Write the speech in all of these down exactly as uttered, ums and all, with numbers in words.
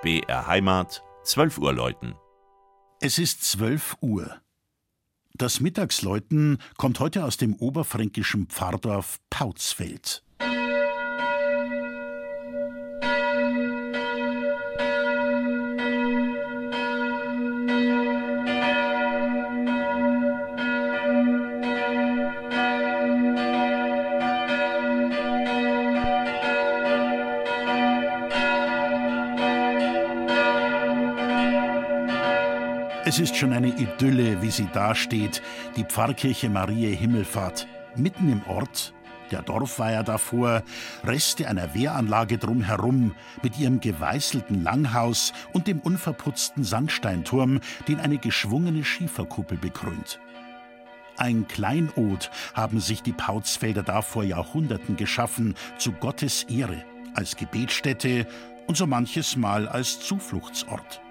B R Heimat, zwölf Uhr läuten. Es ist zwölf Uhr. Das Mittagsläuten kommt heute aus dem oberfränkischen Pfarrdorf Pautzfeld. Es ist schon eine Idylle, wie sie dasteht, die Pfarrkirche Mariä Himmelfahrt, mitten im Ort, der Dorfweiher davor, Reste einer Wehranlage drumherum, mit ihrem geweißelten Langhaus und dem unverputzten Sandsteinturm, den eine geschwungene Schieferkuppel bekrönt. Ein Kleinod haben sich die Pautzfelder da vor Jahrhunderten geschaffen, zu Gottes Ehre, als Gebetsstätte und so manches Mal als Zufluchtsort.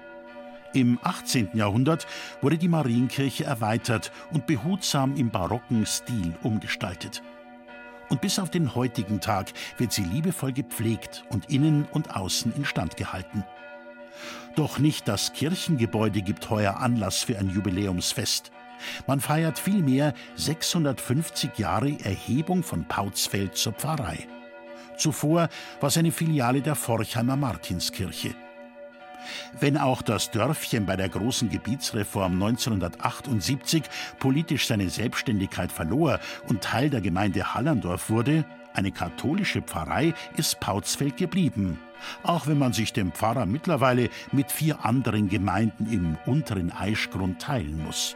Im achtzehnten Jahrhundert wurde die Marienkirche erweitert und behutsam im barocken Stil umgestaltet. Und bis auf den heutigen Tag wird sie liebevoll gepflegt und innen und außen instand gehalten. Doch nicht das Kirchengebäude gibt heuer Anlass für ein Jubiläumsfest. Man feiert vielmehr sechshundertfünfzig Jahre Erhebung von Pautzfeld zur Pfarrei. Zuvor war es eine Filiale der Forchheimer Martinskirche. Wenn auch das Dörfchen bei der großen Gebietsreform neunzehnhundertachtundsiebzig politisch seine Selbstständigkeit verlor und Teil der Gemeinde Hallandorf wurde, eine katholische Pfarrei ist Pautzfeld geblieben, auch wenn man sich den Pfarrer mittlerweile mit vier anderen Gemeinden im unteren Aischgrund teilen muss.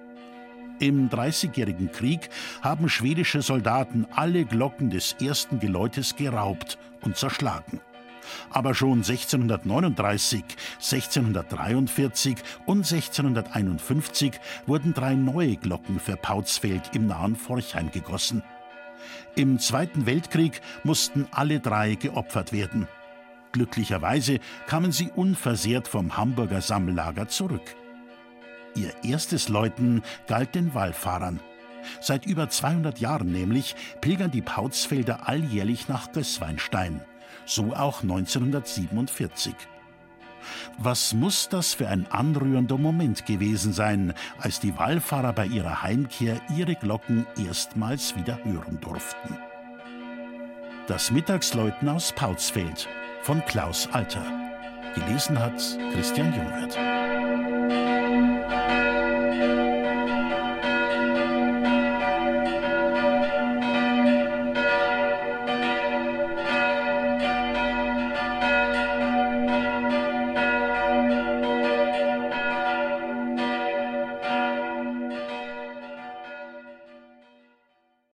Im Dreißigjährigen Krieg haben schwedische Soldaten alle Glocken des ersten Geläutes geraubt und zerschlagen. Aber schon sechzehnhundertneununddreißig, sechzehnhundertdreiundvierzig und sechzehnhunderteinundfünfzig wurden drei neue Glocken für Pautzfeld im nahen Forchheim gegossen. Im Zweiten Weltkrieg mussten alle drei geopfert werden. Glücklicherweise kamen sie unversehrt vom Hamburger Sammellager zurück. Ihr erstes Läuten galt den Wallfahrern. Seit über zweihundert Jahren nämlich pilgern die Pautzfelder alljährlich nach Gößweinstein. So auch neunzehnhundertsiebenundvierzig. Was muss das für ein anrührender Moment gewesen sein, als die Wallfahrer bei ihrer Heimkehr ihre Glocken erstmals wieder hören durften? Das Mittagsläuten aus Pautzfeld von Klaus Alter. Gelesen hat Christian Jungwirth.